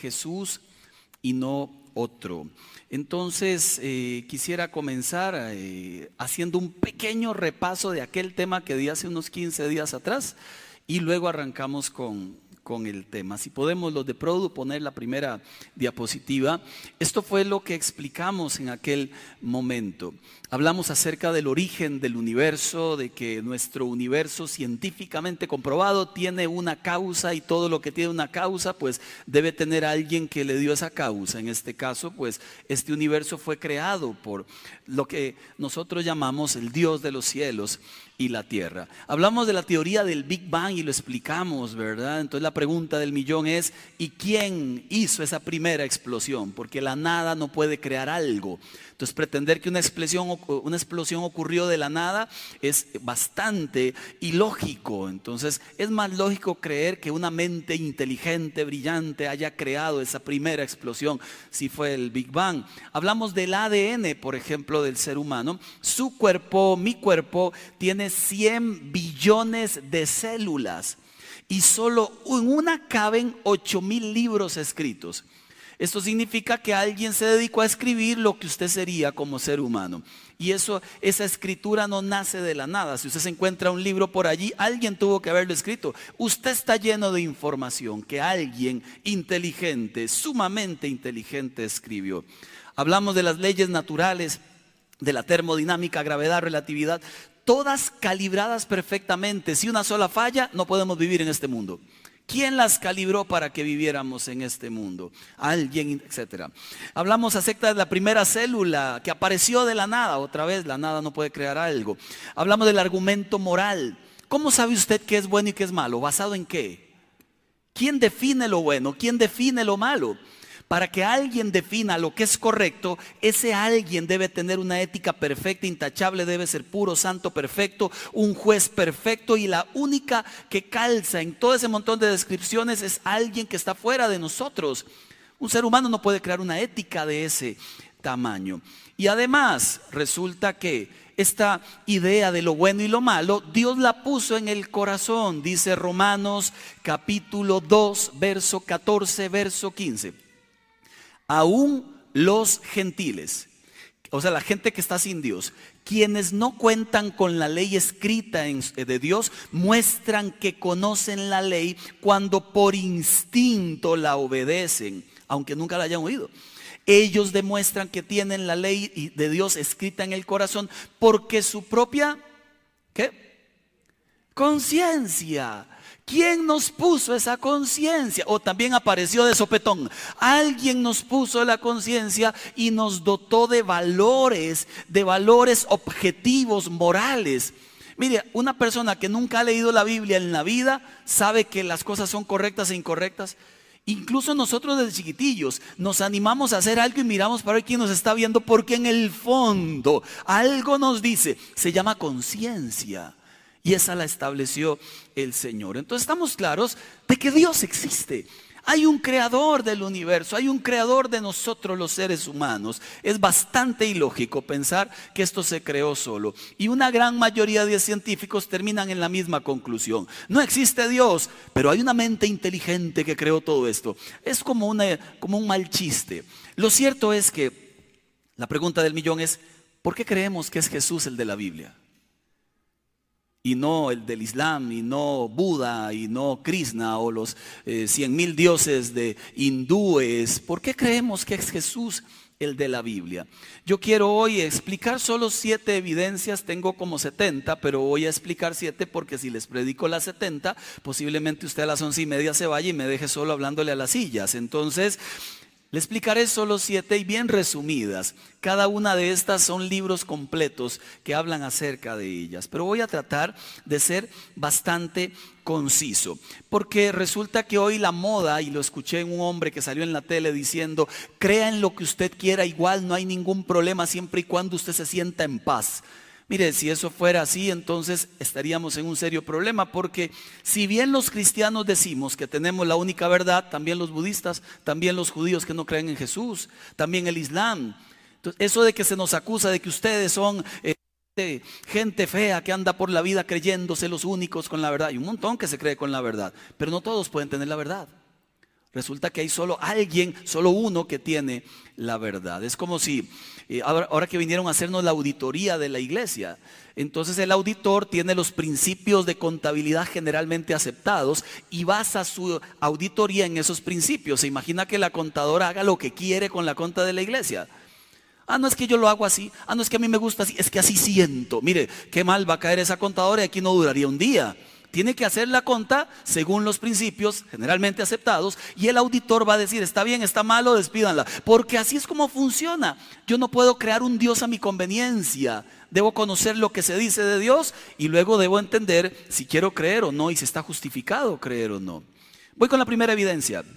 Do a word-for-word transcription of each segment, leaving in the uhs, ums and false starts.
Jesús y no otro. Entonces eh, quisiera comenzar eh, haciendo un pequeño repaso de aquel tema que di hace unos quince días atrás y luego arrancamos con, con el tema. Si podemos los de Produ poner la primera diapositiva. Esto fue lo que explicamos en aquel momento. Hablamos acerca del origen del universo, de que nuestro universo científicamente comprobado tiene una causa y todo lo que tiene una causa pues debe tener a alguien que le dio esa causa. En este caso pues este universo fue creado por lo que nosotros llamamos el Dios de los cielos y la tierra. Hablamos de la teoría del Big Bang y lo explicamos, ¿verdad? Entonces la pregunta del millón es ¿y quién hizo esa primera explosión? Porque la nada no puede crear algo. Entonces pretender que una explosión, una explosión ocurrió de la nada es bastante ilógico. Entonces es más lógico creer que una mente inteligente, brillante haya creado esa primera explosión si fue el Big Bang. Hablamos del A D N, por ejemplo, del ser humano. Su cuerpo, mi cuerpo, tiene cien billones de células y solo en una caben ocho mil libros escritos. Esto significa que alguien se dedicó a escribir lo que usted sería como ser humano. Y eso, esa escritura no nace de la nada. Si usted se encuentra un libro por allí, alguien tuvo que haberlo escrito. Usted está lleno de información que alguien inteligente, sumamente inteligente escribió. Hablamos de las leyes naturales, de la termodinámica, gravedad, relatividad, todas calibradas perfectamente. Si una sola falla, no podemos vivir en este mundo. ¿Quién las calibró para que viviéramos en este mundo? Alguien, etcétera. Hablamos acerca de la primera célula que apareció de la nada. Otra vez, la nada no puede crear algo. Hablamos del argumento moral. ¿Cómo sabe usted qué es bueno y qué es malo? ¿Basado en qué? ¿Quién define lo bueno? ¿Quién define lo malo? Para que alguien defina lo que es correcto, ese alguien debe tener una ética perfecta, intachable, debe ser puro, santo, perfecto, un juez perfecto, y la única que calza en todo ese montón de descripciones es alguien que está fuera de nosotros. Un ser humano no puede crear una ética de ese tamaño. Y además resulta que esta idea de lo bueno y lo malo, Dios la puso en el corazón. Dice Romanos capítulo dos, verso catorce, verso quince. Aún los gentiles, o sea la gente que está sin Dios, quienes no cuentan con la ley escrita en, de Dios, muestran que conocen la ley cuando por instinto la obedecen, aunque nunca la hayan oído. Ellos demuestran que tienen la ley de Dios escrita en el corazón porque su propia, ¿qué? Conciencia. ¿Quién nos puso esa conciencia? O también apareció de sopetón. Alguien nos puso la conciencia y nos dotó de valores, de valores objetivos, morales. Mire, una persona que nunca ha leído la Biblia en la vida sabe que las cosas son correctas e incorrectas. Incluso nosotros desde chiquitillos nos animamos a hacer algo y miramos para ver quién nos está viendo, porque en el fondo algo nos dice, se llama conciencia. Y esa la estableció el Señor. Entonces estamos claros de que Dios existe. Hay un creador del universo, hay un creador de nosotros los seres humanos. Es bastante ilógico pensar que esto se creó solo. Y una gran mayoría de científicos terminan en la misma conclusión. No existe Dios, pero hay una mente inteligente que creó todo esto. Es como, una, como un mal chiste. Lo cierto es que la pregunta del millón es, ¿por qué creemos que es Jesús el de la Biblia? Y no el del Islam, y no Buda, y no Krishna, o los eh, cien mil dioses de hindúes. ¿Por qué creemos que es Jesús el de la Biblia? Yo quiero hoy explicar solo siete evidencias. Tengo como setenta, pero voy a explicar siete porque si les predico las setenta, posiblemente usted a las once y media se vaya y me deje solo hablándole a las sillas. Entonces le explicaré solo siete y bien resumidas. Cada una de estas son libros completos que hablan acerca de ellas. Pero voy a tratar de ser bastante conciso. Porque resulta que hoy la moda, y lo escuché en un hombre que salió en la tele diciendo, crea en lo que usted quiera, igual no hay ningún problema siempre y cuando usted se sienta en paz. Mire, si eso fuera así, entonces estaríamos en un serio problema, porque si bien los cristianos decimos que tenemos la única verdad, también los budistas, también los judíos que no creen en Jesús, también el Islam. Entonces, eso de que se nos acusa de que ustedes son eh, gente fea que anda por la vida creyéndose los únicos con la verdad, hay un montón que se cree con la verdad, pero no todos pueden tener la verdad. Resulta que hay solo alguien, solo uno que tiene la verdad. Es como si, eh, ahora, ahora que vinieron a hacernos la auditoría de la iglesia, entonces el auditor tiene los principios de contabilidad generalmente aceptados y basa su auditoría en esos principios. Se imagina que la contadora haga lo que quiere con la cuenta de la iglesia. Ah, no es que yo lo hago así, ah, no es que a mí me gusta así, es que así siento. Mire, qué mal va a caer esa contadora y aquí no duraría un día. Tiene que hacer la conta según los principios generalmente aceptados y el auditor va a decir, está bien, está malo, despídanla. Porque así es como funciona. Yo no puedo crear un Dios a mi conveniencia. Debo conocer lo que se dice de Dios y luego debo entender si quiero creer o no y si está justificado creer o no. Voy con la primera evidencia.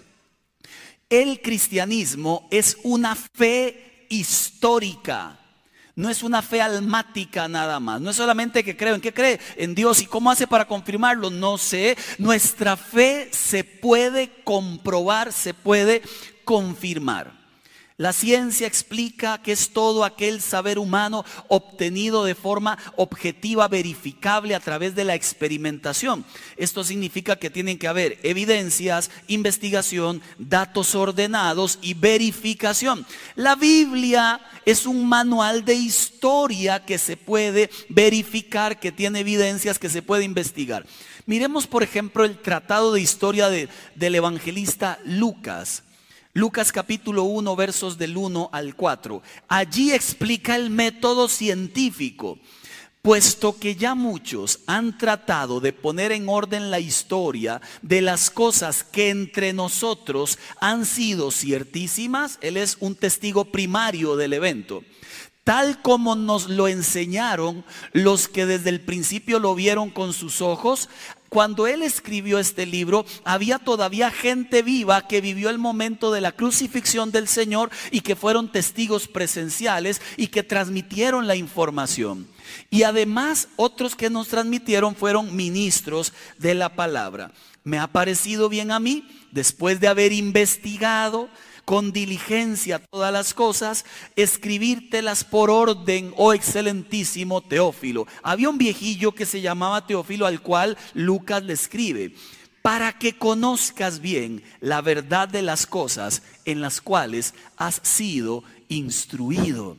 El cristianismo es una fe histórica. No es una fe almática nada más. No es solamente que creo. ¿En qué cree? En Dios. ¿Y cómo hace para confirmarlo? No sé. Nuestra fe se puede comprobar, se puede confirmar. La ciencia explica que es todo aquel saber humano obtenido de forma objetiva, verificable a través de la experimentación. Esto significa que tienen que haber evidencias, investigación, datos ordenados y verificación. La Biblia es un manual de historia que se puede verificar, que tiene evidencias, que se puede investigar. Miremos, por ejemplo, el tratado de historia de, del evangelista Lucas. Lucas capítulo uno, versos del uno al cuatro. Allí explica el método científico, puesto que ya muchos han tratado de poner en orden la historia de las cosas que entre nosotros han sido ciertísimas. Él es un testigo primario del evento. Tal como nos lo enseñaron los que desde el principio lo vieron con sus ojos. Cuando él escribió este libro, había todavía gente viva que vivió el momento de la crucifixión del Señor y que fueron testigos presenciales y que transmitieron la información. Y además otros que nos transmitieron fueron ministros de la palabra. Me ha parecido bien a mí, después de haber investigado con diligencia todas las cosas, escribírtelas por orden, oh excelentísimo Teófilo. Había un viejillo que se llamaba Teófilo al cual Lucas le escribe, para que conozcas bien la verdad de las cosas en las cuales has sido instruido.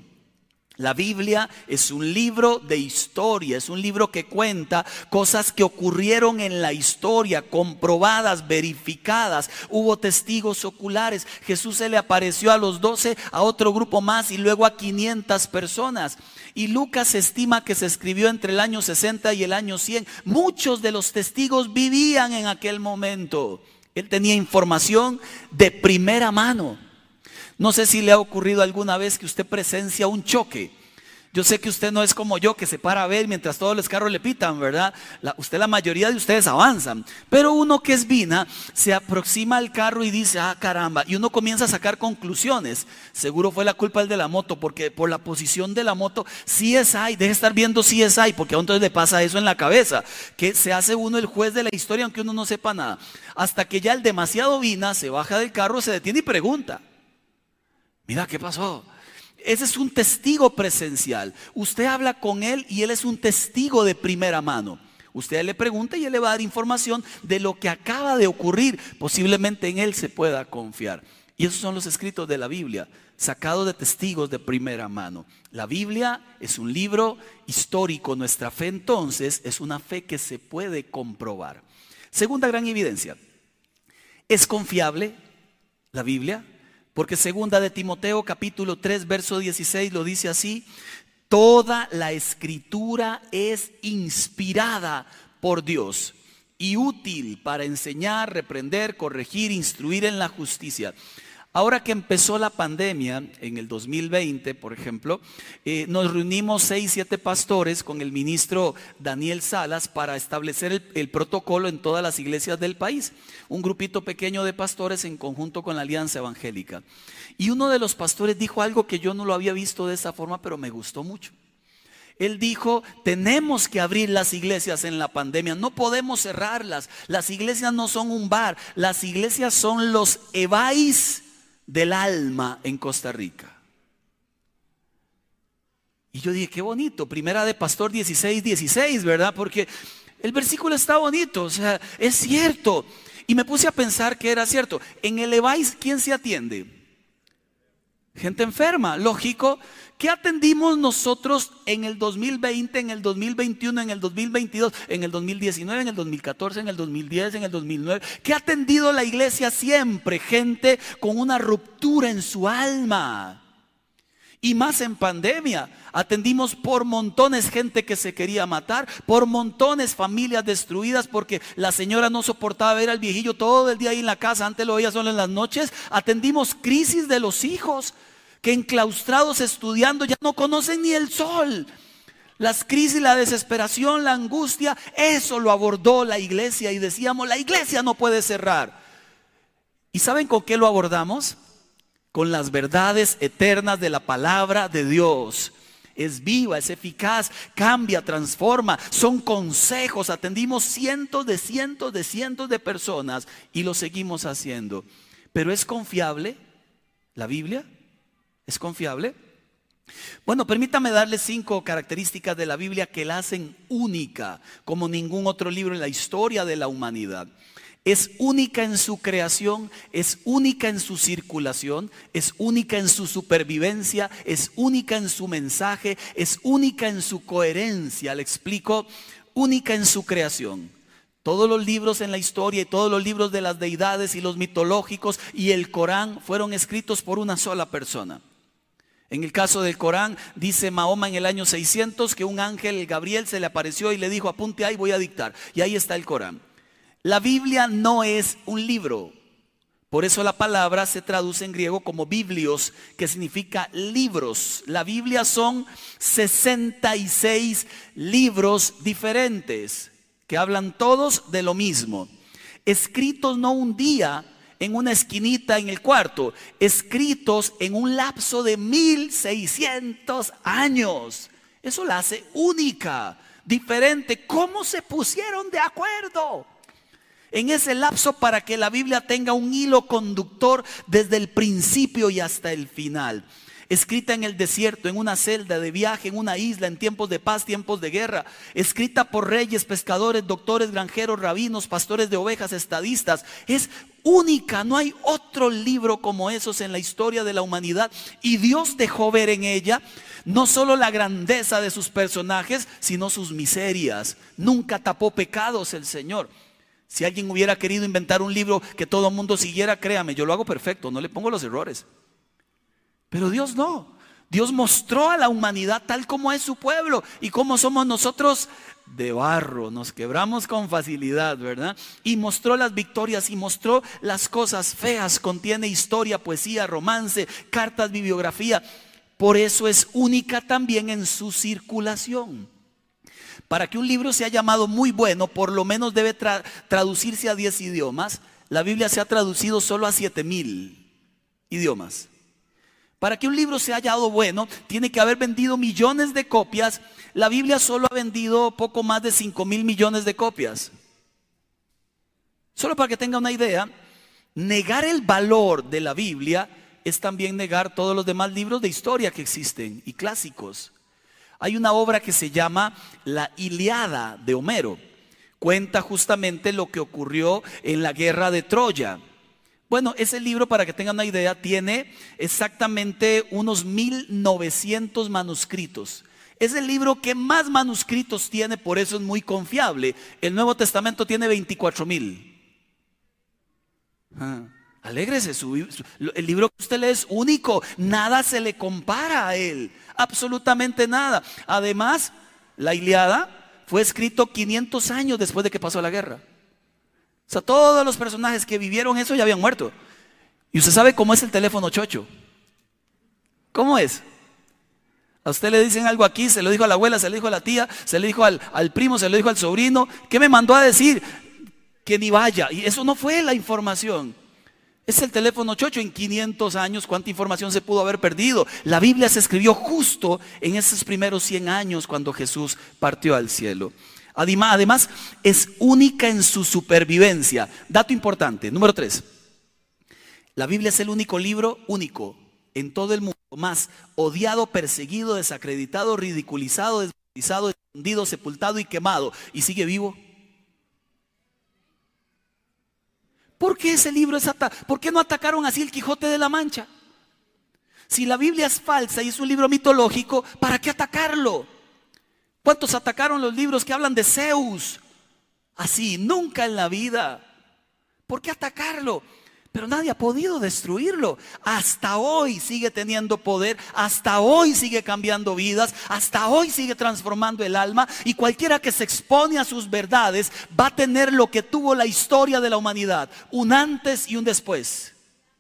La Biblia es un libro de historia, es un libro que cuenta cosas que ocurrieron en la historia, comprobadas, verificadas. Hubo testigos oculares. Jesús se le apareció a los doce, a otro grupo más y luego a quinientas personas. Y Lucas estima que se escribió entre el año sesenta y el año cien. Muchos de los testigos vivían en aquel momento. Él tenía información de primera mano. No sé si le ha ocurrido alguna vez que usted presencia un choque. Yo sé que usted no es como yo, que se para a ver mientras todos los carros le pitan, ¿verdad? La, usted, la mayoría de ustedes avanzan. Pero uno que es vina, se aproxima al carro y dice, ah, caramba. Y uno comienza a sacar conclusiones. Seguro fue la culpa del de la moto, porque por la posición de la moto, C S I, deje de estar viendo C S I, porque a uno entonces le pasa eso en la cabeza. Que se hace uno el juez de la historia, aunque uno no sepa nada. Hasta que ya el demasiado vina se baja del carro, se detiene y pregunta. Mira, ¿qué pasó? Ese es un testigo presencial. Usted habla con él y él es un testigo de primera mano. Usted le pregunta y él le va a dar información de lo que acaba de ocurrir. Posiblemente en él se pueda confiar. Y esos son los escritos de la Biblia, sacados de testigos de primera mano. La Biblia es un libro histórico. Nuestra fe entonces es una fe que se puede comprobar. Segunda gran evidencia. ¿Es confiable la Biblia? Porque segunda de Timoteo capítulo tres verso dieciséis lo dice así: toda la escritura es inspirada por Dios y útil para enseñar, reprender, corregir, instruir en la justicia. Ahora que empezó la pandemia en el dos mil veinte, por ejemplo, eh, nos reunimos seis, siete pastores con el ministro Daniel Salas para establecer el, el protocolo en todas las iglesias del país. Un grupito pequeño de pastores en conjunto con la Alianza Evangélica. Y uno de los pastores dijo algo que yo no lo había visto de esa forma, pero me gustó mucho. Él dijo, tenemos que abrir las iglesias en la pandemia, no podemos cerrarlas. Las iglesias no son un bar, las iglesias son los evaís del alma en Costa Rica. Y yo dije, qué bonito, primera de Pastor dieciséis, dieciséis, ¿verdad? Porque El versículo está bonito, o sea, es cierto. Y me puse a pensar que era cierto. En el Levi's, ¿quién se atiende? Gente enferma, lógico. ¿Qué atendimos nosotros en el dos mil veinte, en el dos mil veintiuno, en el dos mil veintidós, en el dos mil diecinueve, en el dos mil catorce, en el dos mil diez, en el dos mil nueve? ¿Qué ha atendido la iglesia siempre? Gente con una ruptura en su alma. Y más en pandemia, atendimos por montones gente que se quería matar, por montones familias destruidas porque la señora no soportaba ver al viejillo todo el día ahí en la casa, antes lo veía solo en las noches. Atendimos crisis de los hijos que enclaustrados estudiando ya no conocen ni el sol. Las crisis, la desesperación, la angustia, eso lo abordó la iglesia y decíamos, la iglesia no puede cerrar. ¿Y saben con qué lo abordamos? Con las verdades eternas de la palabra de Dios. Es viva, es eficaz, cambia, transforma, son consejos. Atendimos cientos de cientos de cientos de personas y lo seguimos haciendo. Pero ¿es confiable la Biblia? ¿Es confiable? Bueno, permítame darle cinco características de la Biblia que la hacen única, como ningún otro libro en la historia de la humanidad. Es única en su creación, es única en su circulación, es única en su supervivencia, es única en su mensaje, es única en su coherencia. Le explico, única en su creación. Todos los libros en la historia y todos los libros de las deidades y los mitológicos y el Corán fueron escritos por una sola persona. En el caso del Corán, dice Mahoma en el año seiscientos que un ángel, Gabriel, se le apareció y le dijo, apunte ahí, voy a dictar. Y ahí está el Corán. La Biblia no es un libro. Por eso la palabra se traduce en griego como biblios, que significa libros. La Biblia son sesenta y seis libros diferentes, que hablan todos de lo mismo. Escritos no un día en una esquinita en el cuarto, escritos en un lapso de mil seiscientos años. Eso la hace única, diferente. ¿Cómo se pusieron de acuerdo en ese lapso para que la Biblia tenga un hilo conductor desde el principio y hasta el final? Escrita en el desierto, en una celda de viaje, en una isla, en tiempos de paz, tiempos de guerra. Escrita por reyes, pescadores, doctores, granjeros, rabinos, pastores de ovejas, estadistas. Es única, no hay otro libro como esos en la historia de la humanidad. Y Dios dejó ver en ella no solo la grandeza de sus personajes, sino sus miserias. Nunca tapó pecados el Señor. Si alguien hubiera querido inventar un libro que todo el mundo siguiera, créame, yo lo hago perfecto, no le pongo los errores. Pero Dios no. Dios mostró a la humanidad tal como es su pueblo y como somos nosotros de barro. Nos quebramos con facilidad, ¿verdad? Y mostró las victorias y mostró las cosas feas. Contiene historia, poesía, romance, cartas, bibliografía. Por eso es única también en su circulación. Para que un libro sea llamado muy bueno, por lo menos debe tra- traducirse a diez idiomas. La Biblia se ha traducido solo a siete mil idiomas. Para que un libro sea hallado bueno, tiene que haber vendido millones de copias. La Biblia solo ha vendido poco más de cinco mil millones de copias. Solo para que tenga una idea, negar el valor de la Biblia es también negar todos los demás libros de historia que existen y clásicos. Hay una obra que se llama La Ilíada de Homero. Cuenta justamente lo que ocurrió en la guerra de Troya. Bueno, ese libro, para que tengan una idea, tiene exactamente unos mil novecientos manuscritos. Es el libro que más manuscritos tiene, por eso es muy confiable. El Nuevo Testamento tiene veinticuatro mil. Ah, alégrese, su, su, el libro que usted lee es único, nada se le compara a él, absolutamente nada. Además, la Ilíada fue escrito quinientos años después de que pasó la guerra. O sea, todos los personajes que vivieron eso ya habían muerto. Y usted sabe cómo es el teléfono chocho. ¿Cómo es? A usted le dicen algo aquí, se lo dijo a la abuela, se lo dijo a la tía, se le dijo al, al primo, se lo dijo al sobrino. ¿Qué me mandó a decir? Que ni vaya. Y eso no fue la información. Es el teléfono chocho. En quinientos años, ¿cuánta información se pudo haber perdido? La Biblia se escribió justo en esos primeros cien años cuando Jesús partió al cielo. Además, es única en su supervivencia. Dato importante, número tres. La Biblia es el único libro único en todo el mundo, más odiado, perseguido, desacreditado, ridiculizado, desvalorizado, escondido, sepultado y quemado. ¿Y sigue vivo? ¿Por qué ese libro es atacado? ¿Por qué no atacaron así el Quijote de la Mancha? Si la Biblia es falsa y es un libro mitológico, ¿para qué atacarlo? ¿Cuántos atacaron los libros que hablan de Zeus? Así, nunca en la vida. ¿Por qué atacarlo? Pero nadie ha podido destruirlo. Hasta hoy sigue teniendo poder, hasta hoy sigue cambiando vidas, hasta hoy sigue transformando el alma, y cualquiera que se expone a sus verdades va a tener lo que tuvo la historia de la humanidad, un antes y un después.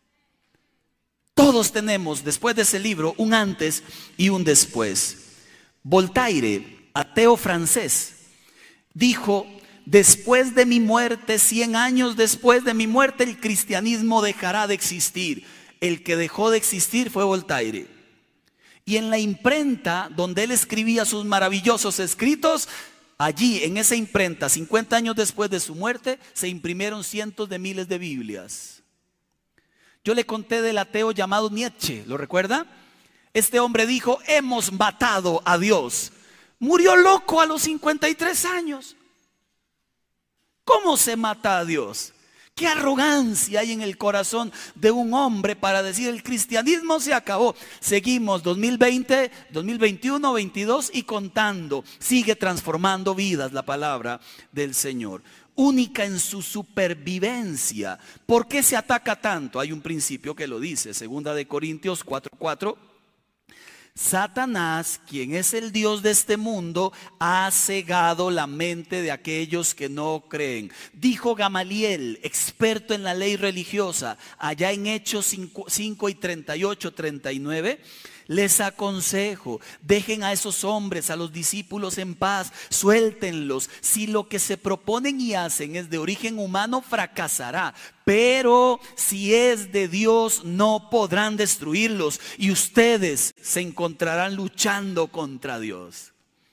Todos tenemos después de ese libro un antes y un después. Voltaire, ateo francés, dijo: después de mi muerte, cien años después de mi muerte, el cristianismo dejará de existir. El que dejó de existir fue Voltaire. Y en la imprenta donde él escribía sus maravillosos escritos, allí en esa imprenta, cincuenta años después de su muerte, se imprimieron cientos de miles de Biblias. Yo le conté del ateo llamado Nietzsche, ¿lo recuerda? Este hombre dijo: hemos matado a Dios. Murió loco a los cincuenta y tres años. ¿Cómo se mata a Dios? ¿Qué arrogancia hay en el corazón de un hombre para decir el cristianismo se acabó? Seguimos dos mil veinte, dos mil veintiuno, veintidós y contando. Sigue transformando vidas la palabra del Señor. Única en su supervivencia. ¿Por qué se ataca tanto? Hay un principio que lo dice, segunda de Corintios cuatro cuatro. Satanás, quien es el Dios de este mundo, ha cegado la mente de aquellos que no creen. Dijo Gamaliel, experto en la ley religiosa, allá en Hechos cinco y treinta y ocho, treinta y nueve. Les aconsejo, dejen a esos hombres, a los discípulos en paz, suéltenlos. Si lo que se proponen y hacen es de origen humano, fracasará. Pero si es de Dios, no podrán destruirlos y ustedes se encontrarán luchando contra Dios.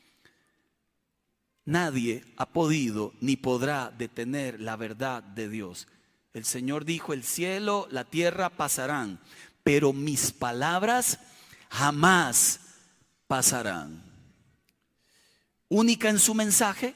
Nadie ha podido ni podrá detener la verdad de Dios. El Señor dijo: el cielo, la tierra pasarán, pero mis palabras jamás pasarán. Única en su mensaje.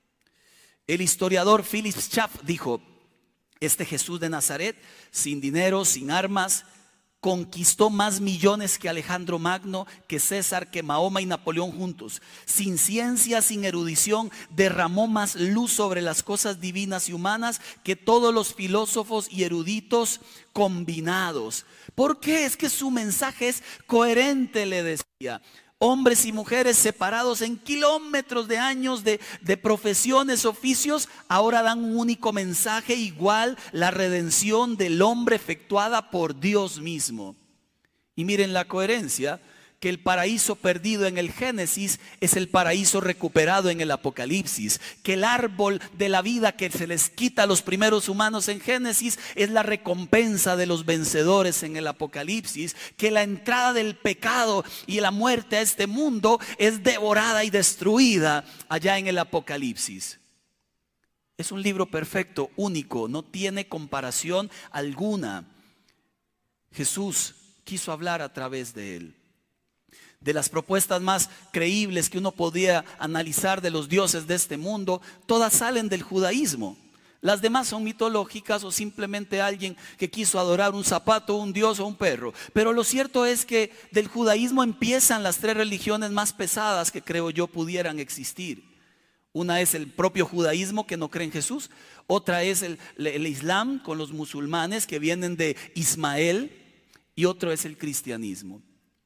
El historiador Philip Schaff dijo: este Jesús de Nazaret, sin dinero, sin armas, conquistó más millones que Alejandro Magno, que César, que Mahoma y Napoleón juntos. Sin ciencia, sin erudición, derramó más luz sobre las cosas divinas y humanas que todos los filósofos y eruditos combinados. ¿Por qué? Es que su mensaje es coherente, le decía. Hombres y mujeres separados en kilómetros de años de, de profesiones, oficios, ahora dan un único mensaje igual: la redención del hombre efectuada por Dios mismo. Y miren la coherencia, que el paraíso perdido en el Génesis es el paraíso recuperado en el Apocalipsis, que el árbol de la vida que se les quita a los primeros humanos en Génesis es la recompensa de los vencedores en el Apocalipsis, que la entrada del pecado y la muerte a este mundo es devorada y destruida allá en el Apocalipsis. Es un libro perfecto, único, no tiene comparación alguna. Jesús quiso hablar a través de él. De las propuestas más creíbles que uno podía analizar de los dioses de este mundo, todas salen del judaísmo. Las demás son mitológicas o simplemente alguien que quiso adorar un zapato, un dios o un perro. Pero lo cierto es que del judaísmo empiezan las tres religiones más pesadas que creo yo pudieran existir. Una es el propio judaísmo, que no cree en Jesús. Otra es el, el Islam, con los musulmanes que vienen de Ismael. Y otro es el cristianismo.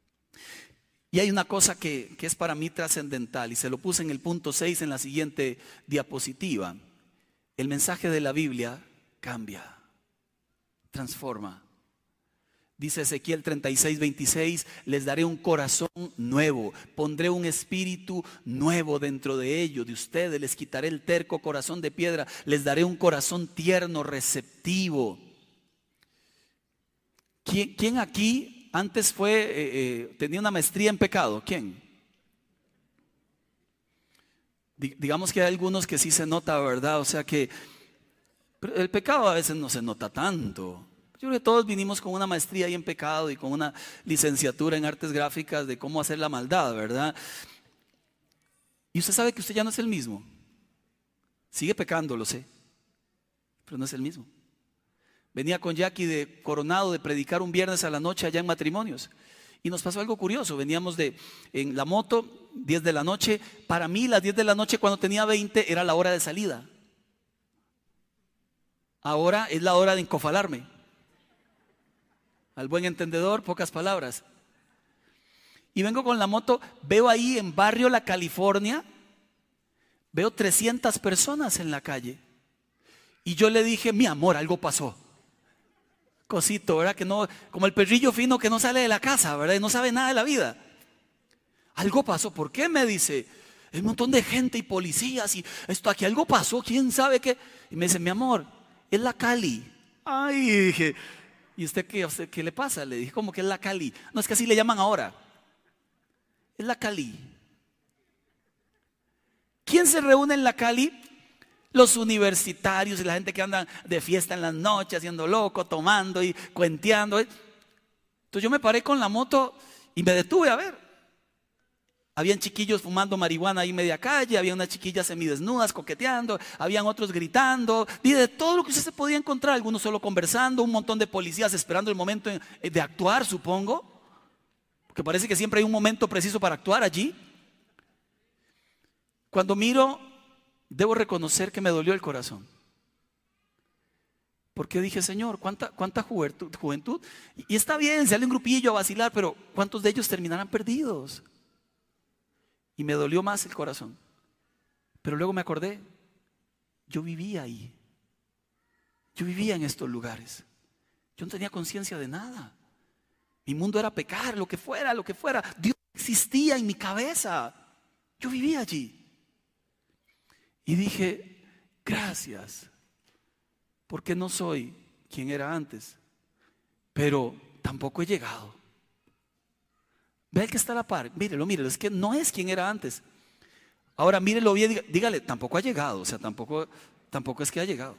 Y hay una cosa que, que es para mí trascendental, y se lo puse en el punto seis en la siguiente diapositiva. El mensaje de la Biblia cambia, transforma. Dice Ezequiel treinta y seis, veintiséis, les daré un corazón nuevo, pondré un espíritu nuevo dentro de ellos, de ustedes, les quitaré el terco corazón de piedra, les daré un corazón tierno, receptivo. ¿Quién, quién aquí antes fue, eh, eh, tenía una maestría en pecado? ¿Quién? Digamos que hay algunos que sí se nota, ¿verdad? O sea que pero el pecado a veces no se nota tanto. Yo creo que todos vinimos con una maestría ahí en pecado y con una licenciatura en artes gráficas de cómo hacer la maldad, ¿verdad? Y usted sabe que usted ya no es el mismo. Sigue pecando, lo sé, pero no es el mismo. Venía con Jackie de Coronado de predicar un viernes a la noche allá en Matrimonios. Y nos pasó algo curioso. Veníamos de, en la moto, diez de la noche. Para mí las diez de la noche cuando tenía veinte era la hora de salida. Ahora es la hora de encofalarme. Al buen entendedor, pocas palabras. Y vengo con la moto, veo ahí en Barrio La California, veo trescientas personas en la calle. Y yo le dije, mi amor, algo pasó. Cosito, ¿verdad? Que no, como el perrillo fino que no sale de la casa, ¿verdad? Y no sabe nada de la vida. Algo pasó. ¿Por qué? Me dice. Hay un montón de gente y policías y esto aquí, algo pasó, quién sabe qué. Y me dice, mi amor, es la Cali. Ay, dije, ¿y usted qué, usted qué le pasa? Le dije, ¿cómo que es la Cali? No, es que así le llaman ahora. Es la Cali. ¿Quién se reúne en la Cali? Los universitarios y la gente que anda de fiesta en las noches, haciendo loco, tomando y cuenteando. Entonces yo me paré con la moto y me detuve a ver. Habían chiquillos fumando marihuana ahí media calle, había unas chiquillas semidesnudas coqueteando, habían otros gritando, y de todo lo que usted se podía encontrar, algunos solo conversando, un montón de policías esperando el momento de actuar, supongo, porque parece que siempre hay un momento preciso para actuar allí. Cuando miro, debo reconocer que me dolió el corazón. Porque dije, Señor, ¿cuánta, cuánta juventud, juventud? Y está bien, sale un grupillo a vacilar, pero ¿cuántos de ellos terminarán perdidos? Y me dolió más el corazón. Pero luego me acordé, yo vivía ahí. Yo vivía en estos lugares. Yo no tenía conciencia de nada. Mi mundo era pecar, lo que fuera, lo que fuera. Dios existía en mi cabeza. Yo vivía allí. Y dije, gracias, porque no soy quien era antes, pero tampoco he llegado. Ve el que está a la par, mírelo, mírelo, es que no es quien era antes. Ahora mírelo bien, dígale, tampoco ha llegado, o sea, tampoco, tampoco es que ha llegado.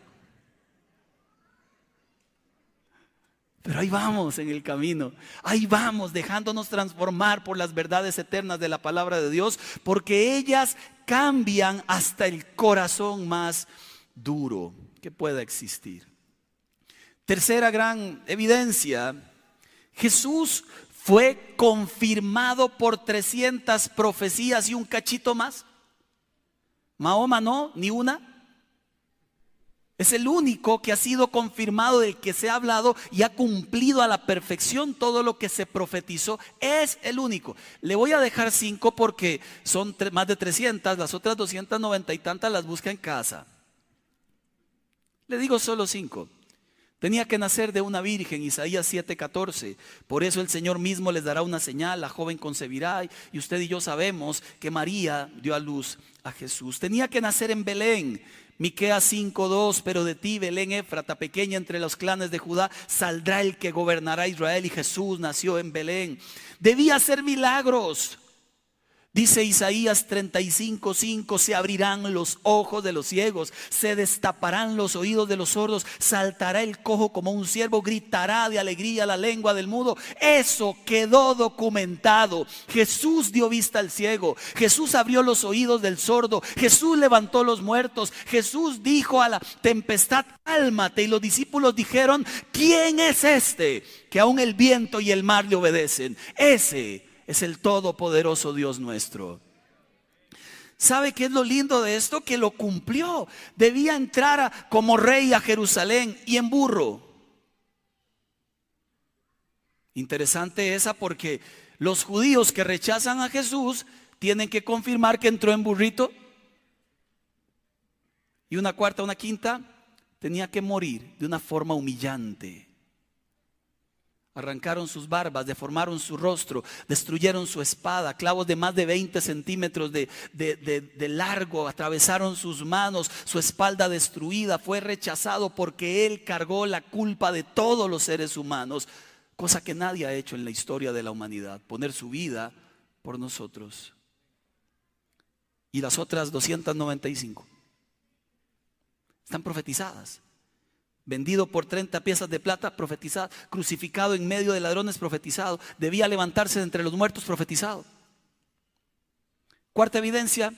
Pero ahí vamos en el camino, ahí vamos dejándonos transformar por las verdades eternas de la palabra de Dios, porque ellas cambian hasta el corazón más duro que pueda existir. Tercera gran evidencia, Jesús fue confirmado por trescientas profecías y un cachito más. Mahoma no, ni una. Es el único que ha sido confirmado, del que se ha hablado y ha cumplido a la perfección todo lo que se profetizó. Es el único. Le voy a dejar cinco porque son más de trescientas, las otras doscientas noventa y tantas las busca en casa. Le digo solo cinco. Tenía que nacer de una virgen, Isaías siete catorce. Por eso el Señor mismo les dará una señal, la joven concebirá, y usted y yo sabemos que María dio a luz a Jesús. Tenía que nacer en Belén, Miqueas cinco dos, pero de ti, Belén Éfrata, pequeña entre los clanes de Judá, saldrá el que gobernará a Israel, y Jesús nació en Belén. Debía hacer milagros. Dice Isaías treinta y cinco cinco, se abrirán los ojos de los ciegos, se destaparán los oídos de los sordos, saltará el cojo como un ciervo, gritará de alegría la lengua del mudo. Eso quedó documentado. Jesús dio vista al ciego, Jesús abrió los oídos del sordo, Jesús levantó los muertos, Jesús dijo a la tempestad, cálmate, y los discípulos dijeron, ¿quién es este que aún el viento y el mar le obedecen? Ese es el todopoderoso Dios nuestro. ¿Sabe qué es lo lindo de esto? Que lo cumplió. Debía entrar a, como rey a Jerusalén y en burro. Interesante esa, porque los judíos que rechazan a Jesús tienen que confirmar que entró en burrito. Y una cuarta, una quinta, tenía que morir de una forma humillante. Arrancaron sus barbas, deformaron su rostro, destruyeron su espada, clavos de más de veinte centímetros de, de, de, de largo atravesaron sus manos, su espalda destruida. Fue rechazado porque él cargó la culpa de todos los seres humanos, cosa que nadie ha hecho en la historia de la humanidad, poner su vida por nosotros. Y las otras doscientas noventa y cinco están profetizadas. Vendido por treinta piezas de plata, profetizado. Crucificado en medio de ladrones, profetizado. Debía levantarse de entre los muertos, profetizado. Cuarta evidencia,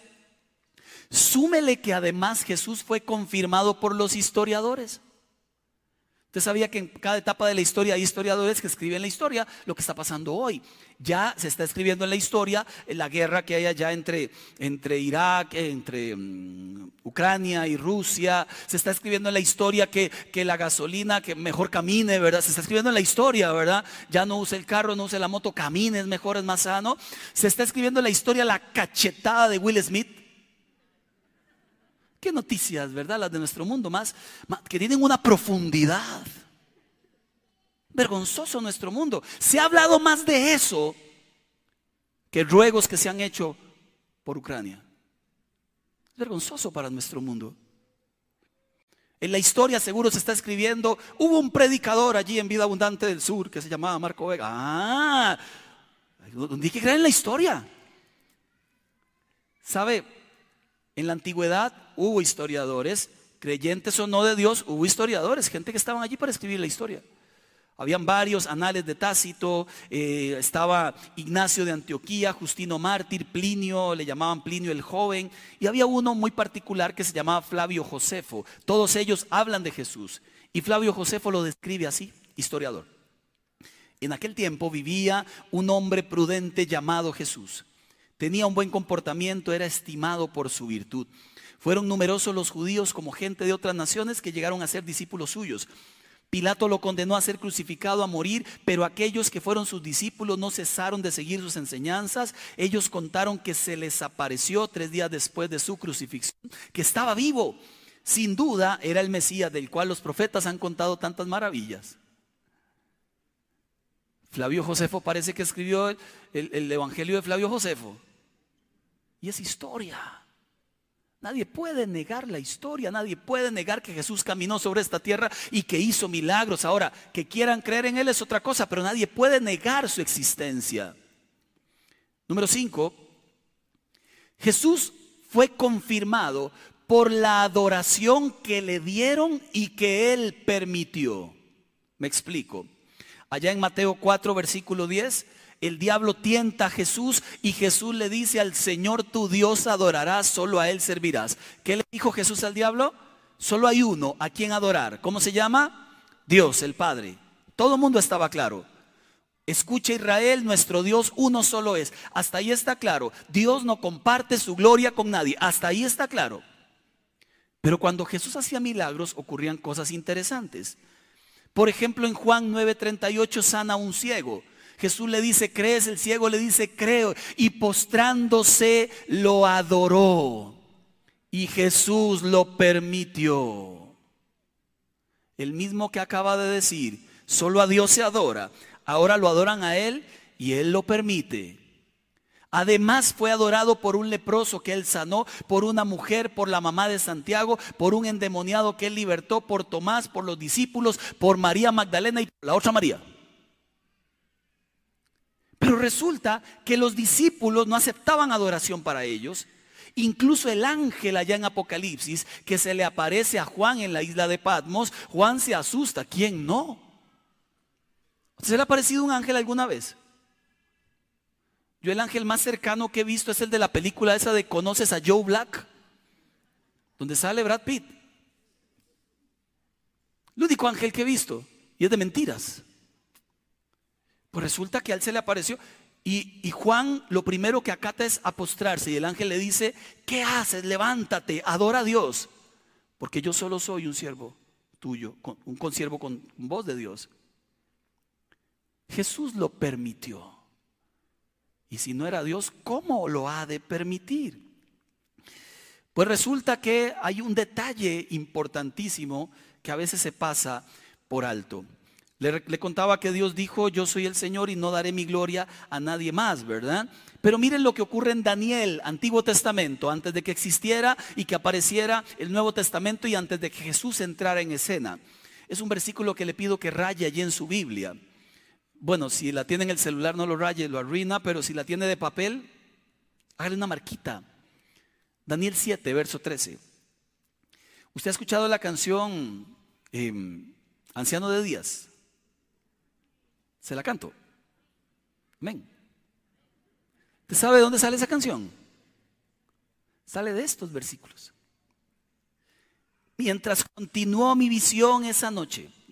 súmele que además Jesús fue confirmado por los historiadores. Usted sabía que en cada etapa de la historia hay historiadores que escriben la historia, lo que está pasando hoy. Ya se está escribiendo en la historia la guerra que hay allá entre, entre Irak, entre um, Ucrania y Rusia. Se está escribiendo en la historia que, que la gasolina, que mejor camine, ¿verdad? Se está escribiendo en la historia, ¿verdad? Ya no use el carro, no use la moto, camine, es mejor, es más sano. Se está escribiendo en la historia la cachetada de Will Smith. Qué noticias, ¿verdad? Las de nuestro mundo más, más que tienen una profundidad. Vergonzoso nuestro mundo. Se ha hablado más de eso que ruegos que se han hecho por Ucrania. Es vergonzoso para nuestro mundo. En la historia seguro se está escribiendo, hubo un predicador allí en Vida Abundante del Sur que se llamaba Marco Vega. Ah, ¿dónde hay que creer en la historia? ¿Sabe? En la antigüedad hubo historiadores, creyentes o no de Dios, hubo historiadores, gente que estaban allí para escribir la historia. Habían varios anales de Tácito, eh, estaba Ignacio de Antioquía, Justino Mártir, Plinio, le llamaban Plinio el Joven, y había uno muy particular que se llamaba Flavio Josefo. Todos ellos hablan de Jesús, y Flavio Josefo lo describe así, historiador. En aquel tiempo vivía un hombre prudente llamado Jesús. Tenía un buen comportamiento, era estimado por su virtud. Fueron numerosos los judíos como gente de otras naciones que llegaron a ser discípulos suyos. Pilato lo condenó a ser crucificado, a morir, pero aquellos que fueron sus discípulos no cesaron de seguir sus enseñanzas. Ellos contaron que se les apareció tres días después de su crucifixión, que estaba vivo. Sin duda era el Mesías del cual los profetas han contado tantas maravillas. Flavio Josefo parece que escribió el, el, el Evangelio de Flavio Josefo. Y es historia. Nadie puede negar la historia, nadie puede negar que Jesús caminó sobre esta tierra y que hizo milagros. Ahora, que quieran creer en Él es otra cosa, pero nadie puede negar su existencia. Número cinco, Jesús fue confirmado por la adoración que le dieron y que Él permitió. Me explico. Allá en Mateo cuatro, versículo diez, el diablo tienta a Jesús y Jesús le dice: al Señor tu Dios adorarás, solo a Él servirás. ¿Qué le dijo Jesús al diablo? Solo hay uno a quien adorar. ¿Cómo se llama? Dios, el Padre. Todo el mundo estaba claro. Escucha, Israel, nuestro Dios uno solo es. Hasta ahí está claro. Dios no comparte su gloria con nadie. Hasta ahí está claro. Pero cuando Jesús hacía milagros ocurrían cosas interesantes. Por ejemplo, en Juan nueve treinta y ocho sana a un ciego. Jesús le dice: ¿crees? El ciego le dice: creo. Y postrándose lo adoró. Y Jesús lo permitió. El mismo que acaba de decir, solo a Dios se adora. Ahora lo adoran a Él y Él lo permite. Además fue adorado por un leproso que Él sanó, por una mujer, por la mamá de Santiago, por un endemoniado que Él libertó, por Tomás, por los discípulos, por María Magdalena y por la otra María. Pero resulta que los discípulos no aceptaban adoración para ellos. Incluso el ángel allá en Apocalipsis, que se le aparece a Juan en la isla de Patmos, Juan se asusta. ¿Quién no? ¿Se le ha aparecido un ángel alguna vez? Yo el ángel más cercano que he visto es el de la película esa de ¿conoces a Joe Black? Donde sale Brad Pitt. El único ángel que he visto. Y es de mentiras. Pues resulta que a él se le apareció y, y Juan lo primero que acata es a postrarse. Y el ángel le dice: ¿qué haces? Levántate, adora a Dios. Porque yo solo soy un siervo tuyo, un consiervo con voz de Dios. Jesús lo permitió. Y si no era Dios, ¿cómo lo ha de permitir? Pues resulta que hay un detalle importantísimo que a veces se pasa por alto. Le, le contaba que Dios dijo: yo soy el Señor y no daré mi gloria a nadie más, ¿verdad? Pero miren lo que ocurre en Daniel, Antiguo Testamento, antes de que existiera y que apareciera el Nuevo Testamento y antes de que Jesús entrara en escena. Es un versículo que le pido que raye allí en su Biblia. Bueno, si la tiene en el celular no lo raye, lo arruina, pero si la tiene de papel, hágale una marquita. Daniel siete, verso trece. ¿Usted ha escuchado la canción eh, Anciano de Días? Se la canto. Amén. ¿Usted sabe de dónde sale esa canción? Sale de estos versículos. Mientras continuó mi visión esa noche,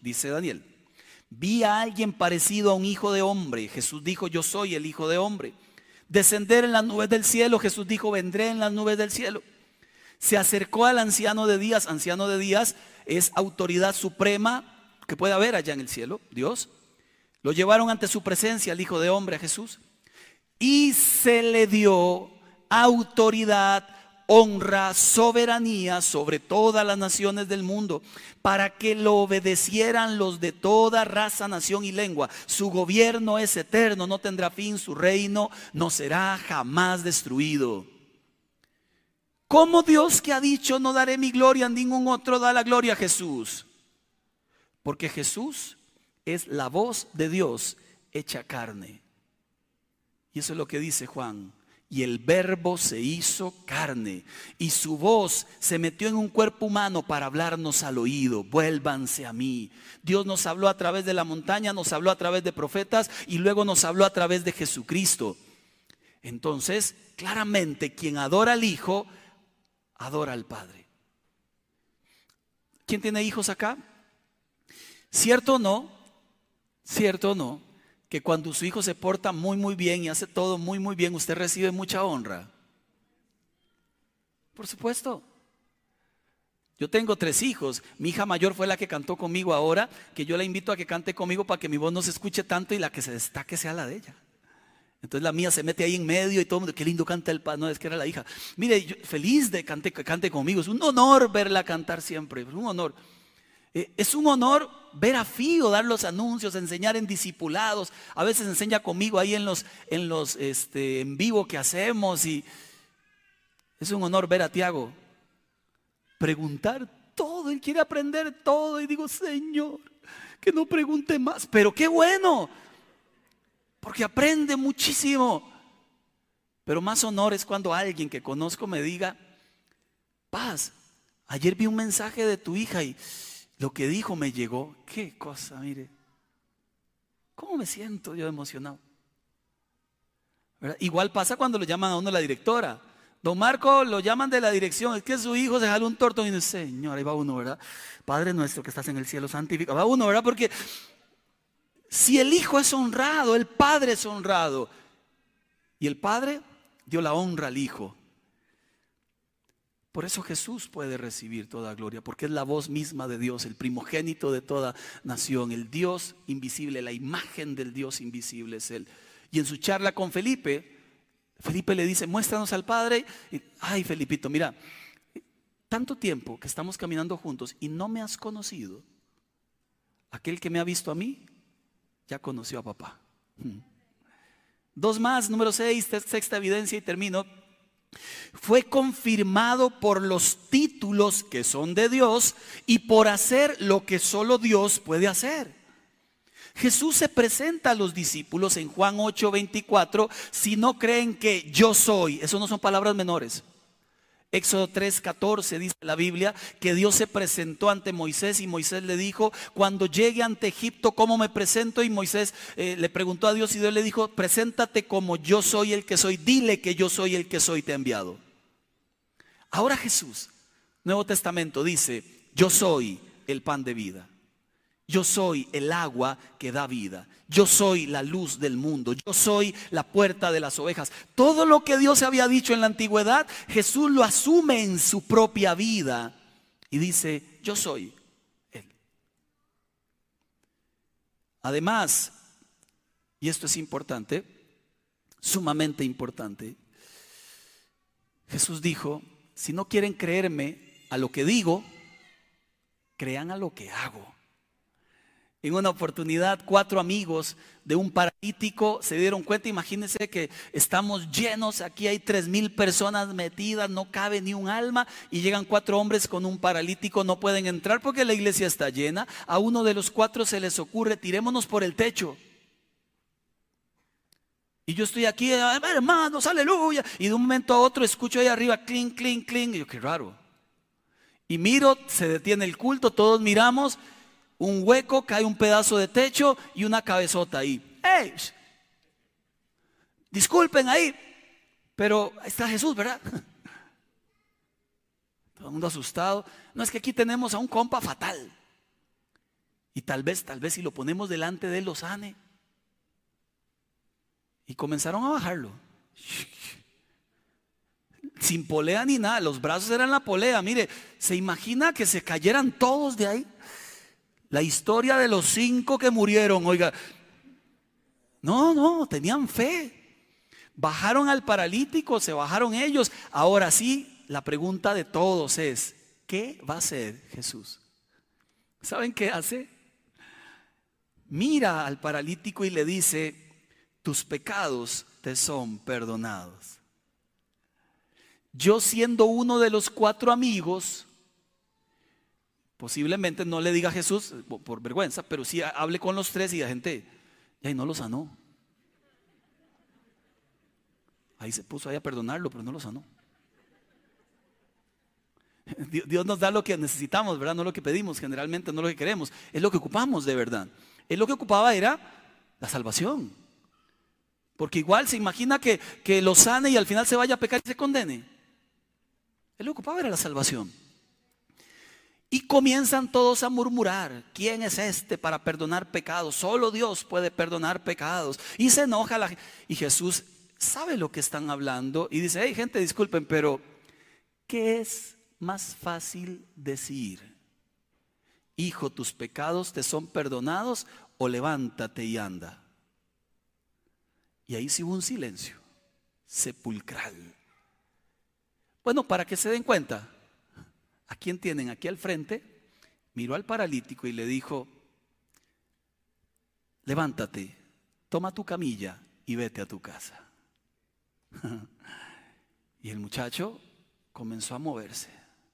dice Daniel, vi a alguien parecido a un hijo de hombre. Jesús dijo, yo soy el hijo de hombre. Descender en las nubes del cielo. Jesús dijo, vendré en las nubes del cielo. Se acercó al anciano de días. Anciano de días es autoridad suprema que puede haber allá en el cielo, Dios. Lo llevaron ante su presencia, el hijo de hombre, a Jesús. Y se le dio autoridad, honra, soberanía sobre todas las naciones del mundo, para que lo obedecieran los de toda raza, nación y lengua. Su gobierno es eterno, no tendrá fin, su reino no será jamás destruido. ¿Cómo Dios, que ha dicho, no daré mi gloria a ningún otro, da la gloria a Jesús? Porque Jesús es la voz de Dios hecha carne. Y eso es lo que dice Juan. Y el verbo se hizo carne y su voz se metió en un cuerpo humano para hablarnos al oído. Vuélvanse a mí. Dios nos habló a través de la montaña, nos habló a través de profetas y luego nos habló a través de Jesucristo. Entonces, claramente, quien adora al Hijo, adora al Padre. ¿Quién tiene hijos acá? ¿Cierto o no? ¿Cierto o no? Que cuando su hijo se porta muy muy bien y hace todo muy muy bien, usted recibe mucha honra. Por supuesto. Yo tengo tres hijos. Mi hija mayor fue la que cantó conmigo ahora, que yo la invito a que cante conmigo para que mi voz no se escuche tanto y la que se destaque sea la de ella. Entonces la mía se mete ahí en medio y todo el mundo, qué lindo canta el padre. No, es que era la hija. Mire, yo, feliz de cante, que cante conmigo. Es un honor verla cantar siempre, es un honor. Es un honor ver a Fío dar los anuncios, enseñar en discipulados. A veces enseña conmigo ahí en los, en los este, en vivo que hacemos. Y es un honor ver a Tiago preguntar todo. Él quiere aprender todo. Y digo, Señor, que no pregunte más. Pero qué bueno, porque aprende muchísimo. Pero más honor es cuando alguien que conozco me diga, Paz, ayer vi un mensaje de tu hija y lo que dijo me llegó. Qué cosa, mire. ¿Cómo me siento yo emocionado? ¿Verdad? Igual pasa cuando lo llaman a uno la directora. Don Marco, lo llaman de la dirección. Es que su hijo se jala un tortón y dice, Señor, ahí va uno, ¿verdad? Padre nuestro que estás en el cielo, santificado. Va uno, ¿verdad? Porque si el hijo es honrado, el padre es honrado. Y el padre dio la honra al hijo. Por eso Jesús puede recibir toda gloria, porque es la voz misma de Dios, el primogénito de toda nación, el Dios invisible, la imagen del Dios invisible es Él. Y en su charla con Felipe, Felipe le dice, muéstranos al Padre. Y, ay, Felipito, mira, tanto tiempo que estamos caminando juntos y no me has conocido. Aquel que me ha visto a mí, ya conoció a papá. Hmm. Dos más, número seis, sexta evidencia y termino. Fue confirmado por los títulos que son de Dios y por hacer lo que solo Dios puede hacer. Jesús se presenta a los discípulos en Juan ocho veinticuatro. Si no creen que yo soy, eso no son palabras menores. Éxodo tres catorce dice la Biblia que Dios se presentó ante Moisés y Moisés le dijo, cuando llegue ante Egipto, ¿cómo me presento? Y Moisés eh, le preguntó a Dios y Dios le dijo, preséntate como yo soy el que soy, dile que yo soy el que soy, te he enviado. Ahora Jesús, Nuevo Testamento, dice, yo soy el pan de vida. Yo soy el agua que da vida. Yo soy la luz del mundo. Yo soy la puerta de las ovejas. Todo lo que Dios había dicho en la antigüedad, Jesús lo asume en su propia vida y dice, yo soy Él. Además, y esto es importante, sumamente importante, Jesús dijo, si no quieren creerme a lo que digo, crean a lo que hago. En una oportunidad, cuatro amigos de un paralítico se dieron cuenta. Imagínense que estamos llenos, aquí hay tres mil personas metidas, no cabe ni un alma. Y llegan cuatro hombres con un paralítico, no pueden entrar porque la iglesia está llena. A uno de los cuatro se les ocurre, tirémonos por el techo. Y yo estoy aquí, hermanos, aleluya. Y de un momento a otro escucho ahí arriba, clink, clink, clink. Y yo, qué raro. Y miro, se detiene el culto, todos miramos. Un hueco, cae un pedazo de techo y una cabezota ahí. ¡Ey! Disculpen ahí, pero ahí está Jesús, ¿verdad? Todo el mundo asustado. No, es que aquí tenemos a un compa fatal. Y tal vez, tal vez si lo ponemos delante de él lo sane. Y comenzaron a bajarlo. Sin polea ni nada, los brazos eran la polea. Mire, ¿se imagina que se cayeran todos de ahí? La historia de los cinco que murieron, oiga. No, no, tenían fe. Bajaron al paralítico, se bajaron ellos. Ahora sí, la pregunta de todos es, ¿qué va a hacer Jesús? ¿Saben qué hace? Mira al paralítico y le dice, tus pecados te son perdonados. Yo, siendo uno de los cuatro amigos, posiblemente no le diga a Jesús por vergüenza, pero sí hable con los tres y la gente, y no lo sanó. Ahí se puso ahí a perdonarlo, pero no lo sanó. Dios nos da lo que necesitamos, ¿verdad? No lo que pedimos, generalmente no lo que queremos, es lo que ocupamos de verdad. Él lo que ocupaba era la salvación. Porque igual se imagina que, que lo sane y al final se vaya a pecar y se condene. Él lo que ocupaba era la salvación. Y comienzan todos a murmurar, ¿quién es este para perdonar pecados? Solo Dios puede perdonar pecados. Y se enoja la gente. Y Jesús sabe lo que están hablando y dice, hey gente, disculpen, pero ¿qué es más fácil decir? Hijo, tus pecados te son perdonados, o levántate y anda. Y ahí sí hubo un silencio sepulcral. Bueno, para que se den cuenta, ¿a quién tienen aquí al frente? Miró al paralítico y le dijo, levántate, toma tu camilla y vete a tu casa. Y el muchacho comenzó a moverse.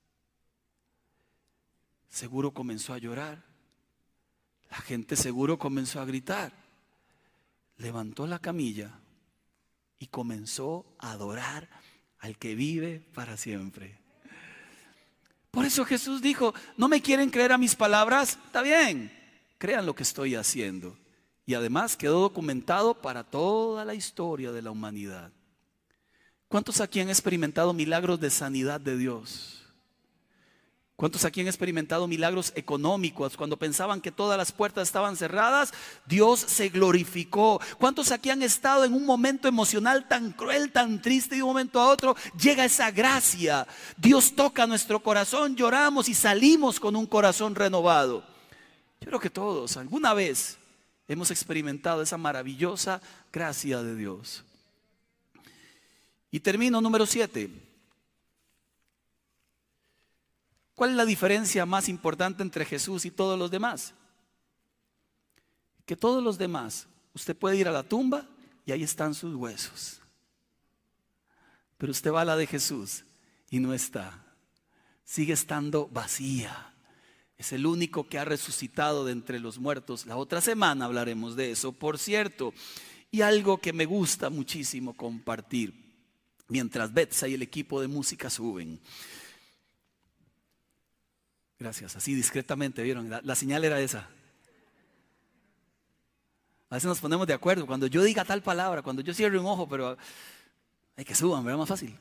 Seguro comenzó a llorar. La gente seguro comenzó a gritar. Levantó la camilla y comenzó a adorar al que vive para siempre. Por eso Jesús dijo, ¿no me quieren creer a mis palabras? Está bien, crean lo que estoy haciendo. Y además quedó documentado para toda la historia de la humanidad. ¿Cuántos aquí han experimentado milagros de sanidad de Dios? ¿Cuántos aquí han experimentado milagros económicos? Cuando pensaban que todas las puertas estaban cerradas, Dios se glorificó. ¿Cuántos aquí han estado en un momento emocional tan cruel, tan triste, y de un momento a otro llega esa gracia? Dios toca nuestro corazón, lloramos y salimos con un corazón renovado. Yo creo que todos alguna vez hemos experimentado esa maravillosa gracia de Dios. Y termino, número siete. ¿Cuál es la diferencia más importante entre Jesús y todos los demás? Que todos los demás, usted puede ir a la tumba y ahí están sus huesos. Pero usted va a la de Jesús y no está. Sigue estando vacía. Es el único que ha resucitado de entre los muertos. La otra semana hablaremos de eso, por cierto. Y algo que me gusta muchísimo compartir mientras Betsa y el equipo de música suben. Gracias, así discretamente, ¿vieron? La, la señal era esa. A veces nos ponemos de acuerdo, cuando yo diga tal palabra, cuando yo cierre un ojo, pero hay que suban, ¿verdad? Más fácil.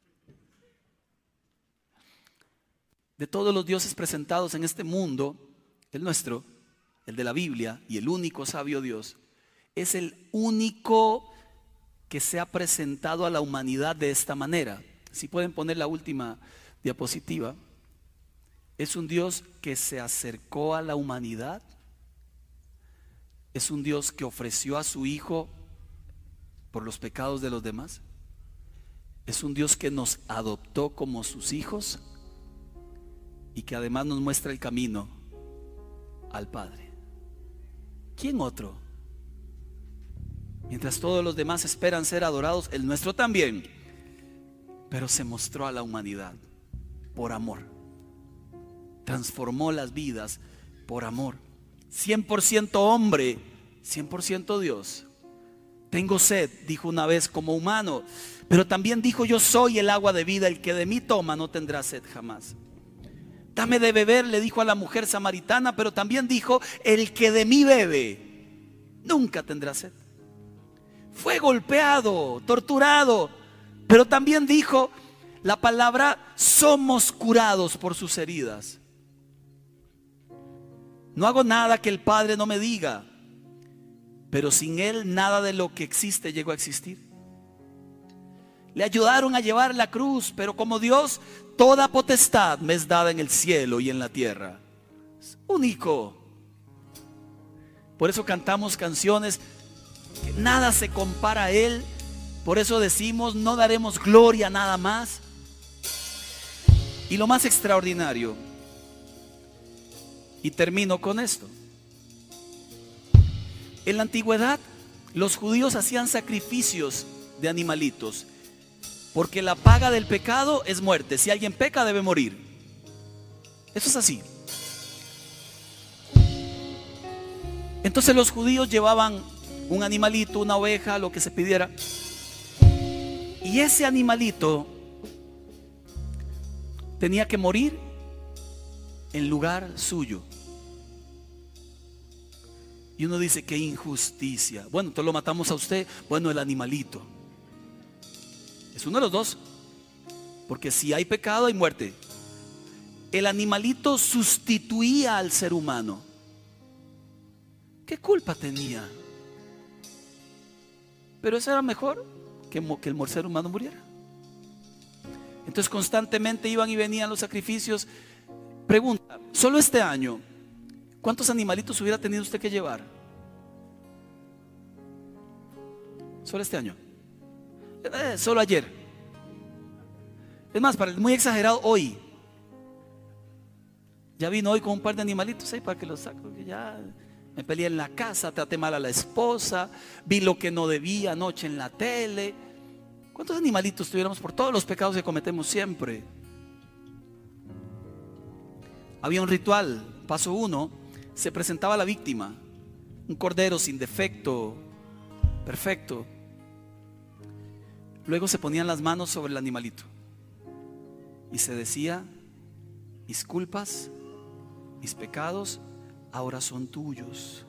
De todos los dioses presentados en este mundo, el nuestro, el de la Biblia y el único sabio Dios, es el único que se ha presentado a la humanidad de esta manera. Si pueden poner la última diapositiva. Es un Dios que se acercó a la humanidad. Es un Dios que ofreció a su Hijo por los pecados de los demás. Es un Dios que nos adoptó como sus hijos y que además nos muestra el camino al Padre. ¿Quién otro? Mientras todos los demás esperan ser adorados, el nuestro también, pero se mostró a la humanidad por amor. Transformó las vidas por amor. cien por ciento hombre, cien por ciento Dios. Tengo sed, dijo una vez como humano, pero también dijo, yo soy el agua de vida, el que de mí toma no tendrá sed jamás. Dame de beber, le dijo a la mujer samaritana, pero también dijo, el que de mí bebe nunca tendrá sed. Fue golpeado, torturado, pero también dijo la palabra, somos curados por sus heridas. No hago nada que el Padre no me diga, pero sin Él nada de lo que existe llegó a existir. Le ayudaron a llevar la cruz, pero como Dios, toda potestad me es dada en el cielo y en la tierra. Es único. Por eso cantamos canciones que nada se compara a Él. Por eso decimos, no daremos gloria a nada más. Y lo más extraordinario, y termino con esto. En la antigüedad, los judíos hacían sacrificios de animalitos, porque la paga del pecado es muerte. Si alguien peca, debe morir. Eso es así. Entonces los judíos llevaban un animalito, una oveja, lo que se pidiera, y ese animalito tenía que morir en lugar suyo. Y uno dice, qué injusticia. Bueno, entonces lo matamos a usted. Bueno, el animalito. Es uno de los dos. Porque si hay pecado, hay muerte. El animalito sustituía al ser humano. ¿Qué culpa tenía? Pero eso era mejor que, que el ser humano muriera. Entonces constantemente iban y venían los sacrificios. Pregunta, solo este año, ¿cuántos animalitos hubiera tenido usted que llevar? Solo este año. Eh, solo ayer. Es más, para el muy exagerado, hoy. Ya vino hoy con un par de animalitos ahí para que los saque. Porque ya me peleé en la casa, traté mal a la esposa, vi lo que no debía anoche en la tele. ¿Cuántos animalitos tuviéramos por todos los pecados que cometemos siempre? Había un ritual, paso uno, se presentaba la víctima, un cordero sin defecto, perfecto. Luego se ponían las manos sobre el animalito y se decía, mis culpas, mis pecados, ahora son tuyos.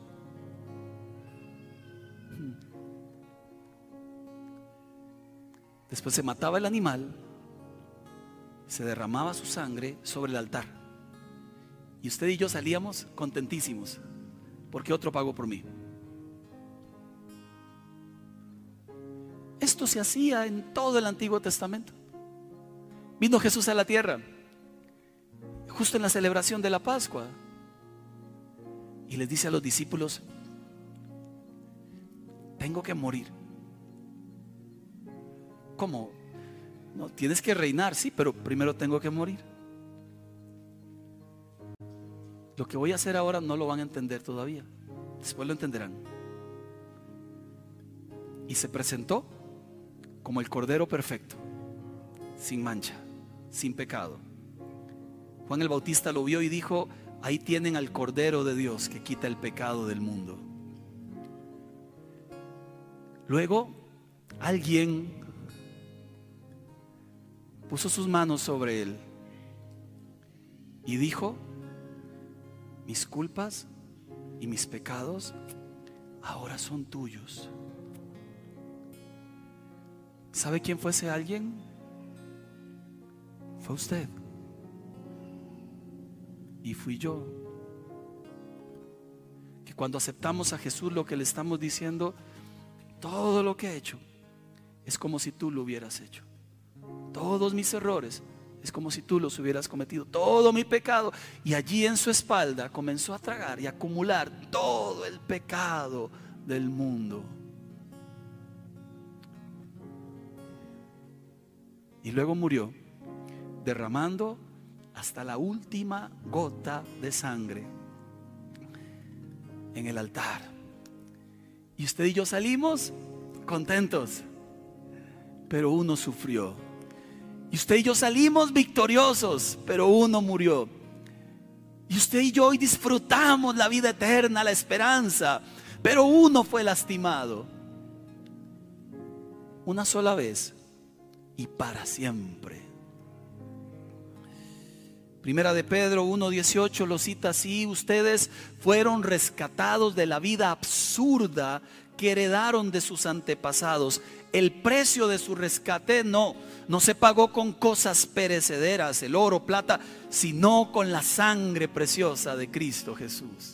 Después se mataba el animal, se derramaba su sangre sobre el altar. Y usted y yo salíamos contentísimos, porque otro pagó por mí. Esto se hacía en todo el Antiguo Testamento. Vino Jesús a la tierra, justo en la celebración de la Pascua, y les dice a los discípulos, tengo que morir. ¿Cómo? No, tienes que reinar, sí, pero primero tengo que morir. Lo que voy a hacer ahora no lo van a entender todavía. Después lo entenderán. Y se presentó como el Cordero perfecto, sin mancha, sin pecado. Juan el Bautista lo vio y dijo, ahí tienen al Cordero de Dios que quita el pecado del mundo. Luego, alguien puso sus manos sobre él y dijo, mis culpas y mis pecados ahora son tuyos. ¿Sabe quién fue ese alguien? Fue usted. Y fui yo. Que cuando aceptamos a Jesús, lo que le estamos diciendo, todo lo que he hecho es como si tú lo hubieras hecho. Todos mis errores es como si tú los hubieras cometido, todo mi pecado. Y allí en su espalda comenzó a tragar y a acumular todo el pecado del mundo. Y luego murió, derramando hasta la última gota de sangre en el altar. Y usted y yo salimos contentos, pero uno sufrió. Y usted y yo salimos victoriosos, pero uno murió. Y usted y yo hoy disfrutamos la vida eterna, la esperanza, pero uno fue lastimado. Una sola vez y para siempre. Primera de Pedro uno dieciocho lo cita así: ustedes fueron rescatados de la vida absurda que heredaron de sus antepasados. El precio de su rescate no, no se pagó con cosas perecederas, el oro, plata, sino con la sangre preciosa de Cristo Jesús.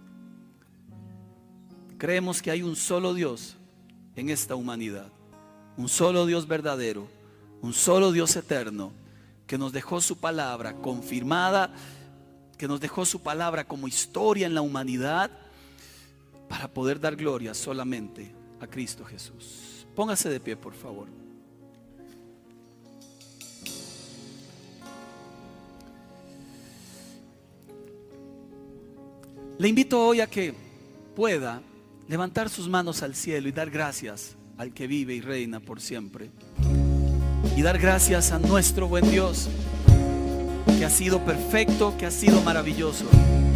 Creemos que hay un solo Dios en esta humanidad, un solo Dios verdadero, un solo Dios eterno, que nos dejó su palabra confirmada, que nos dejó su palabra como historia en la humanidad, para poder dar gloria solamente a Cristo Jesús. Póngase de pie, por favor. Le invito hoy a que pueda levantar sus manos al cielo y dar gracias al que vive y reina por siempre. Y dar gracias a nuestro buen Dios, que ha sido perfecto, que ha sido maravilloso.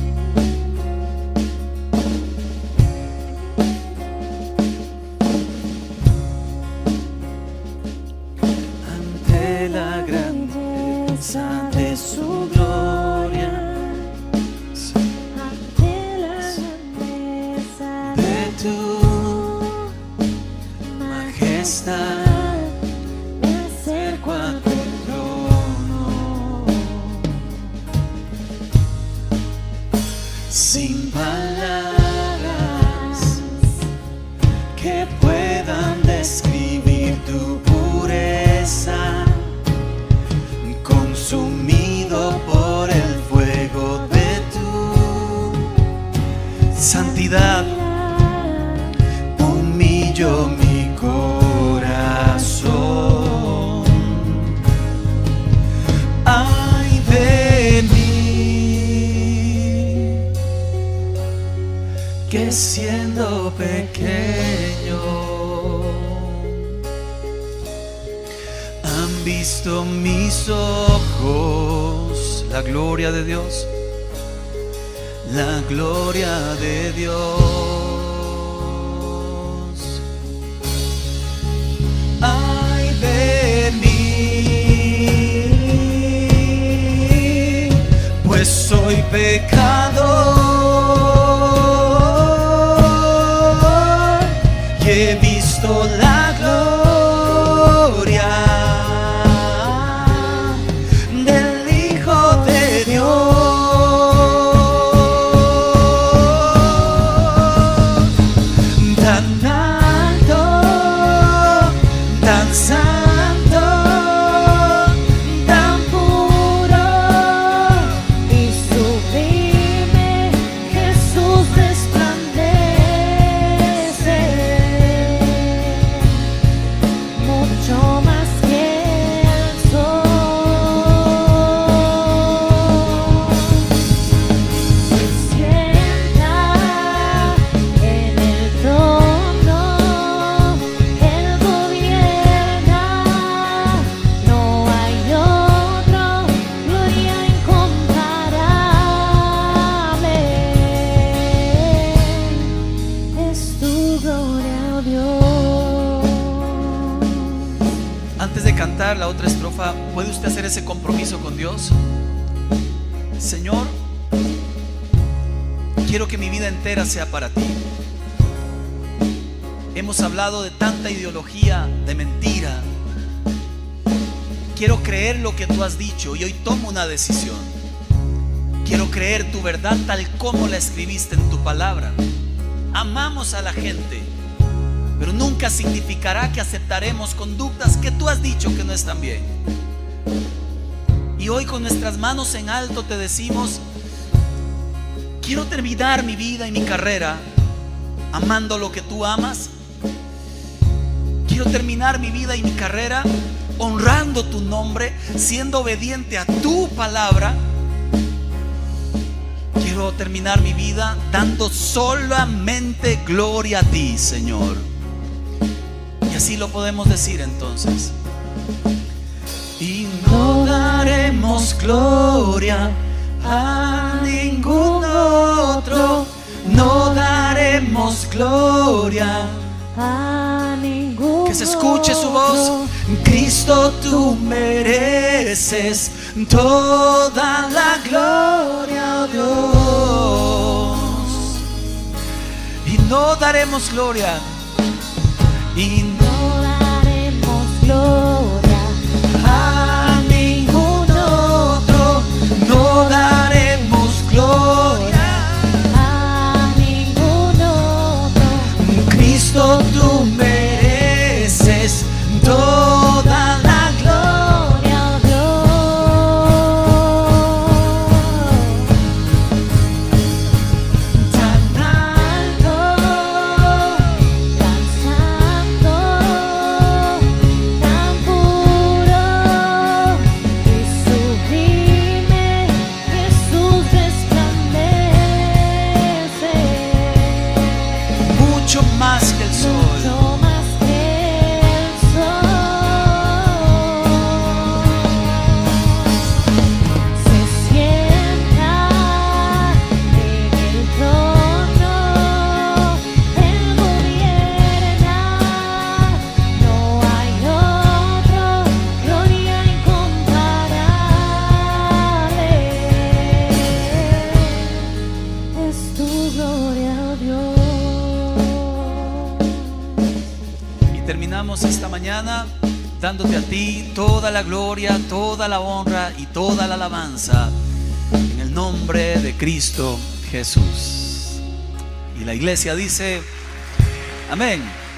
Ante la grandeza de su gloria, ante la grandeza de tu majestad, me acerco a tu sin palabras que puedan describir tu pureza, consumido por el fuego de tu santidad. Humillo mi corazón. Ay de mí, que siendo pequeño han visto mis ojos la gloria de Dios, la gloria de Dios. Ay de mí, pues soy pecador y he visto la gloria del Hijo de Dios. Tan alto, tan santo, tan puro y sublime, Jesús resplandece mucho más que el sol. Se sienta en el trono, Él gobierna, no hay otro, gloria incomparable, es tu gloria, oh Dios. Antes de cantar la otra estrofa, ¿puede usted hacer ese compromiso con Dios? Señor, quiero que mi vida entera sea para ti. Hemos hablado de tanta ideología, de mentira. Quiero creer lo que tú has dicho y hoy tomo una decisión. Quiero creer tu verdad tal como la escribiste en tu palabra. Amamos a la gente, pero nunca significará que aceptaremos conductas que tú has dicho que no están bien. Y hoy con nuestras manos en alto te decimos: quiero terminar mi vida y mi carrera amando lo que tú amas. Quiero terminar mi vida y mi carrera honrando tu nombre, siendo obediente a tu palabra. Quiero terminar mi vida dando solamente gloria a ti, Señor. Y así lo podemos decir entonces. Y no daremos gloria a ningún otro, no daremos gloria A ningún que se escuche su voz. otro. Cristo, tú mereces toda la gloria, oh Dios. Y no daremos gloria y no daremos gloria a ningún otro, no daremos gloria. a ningún otro. Cristo, tú mereces toda la gloria. Gloria a Dios. Tan alto, Tan santo, tan puro y sublime, Jesús resplandece mucho más que el sol. mucho más que el sol. Se sienta en el trono, Él gobierna, no hay otro, gloria incomparable. Es tu gloria, Dios. Y terminamos esta mañana dándote a ti toda la gloria, toda la honra y toda la alabanza en el nombre de Cristo Jesús. Y la iglesia dice, amén.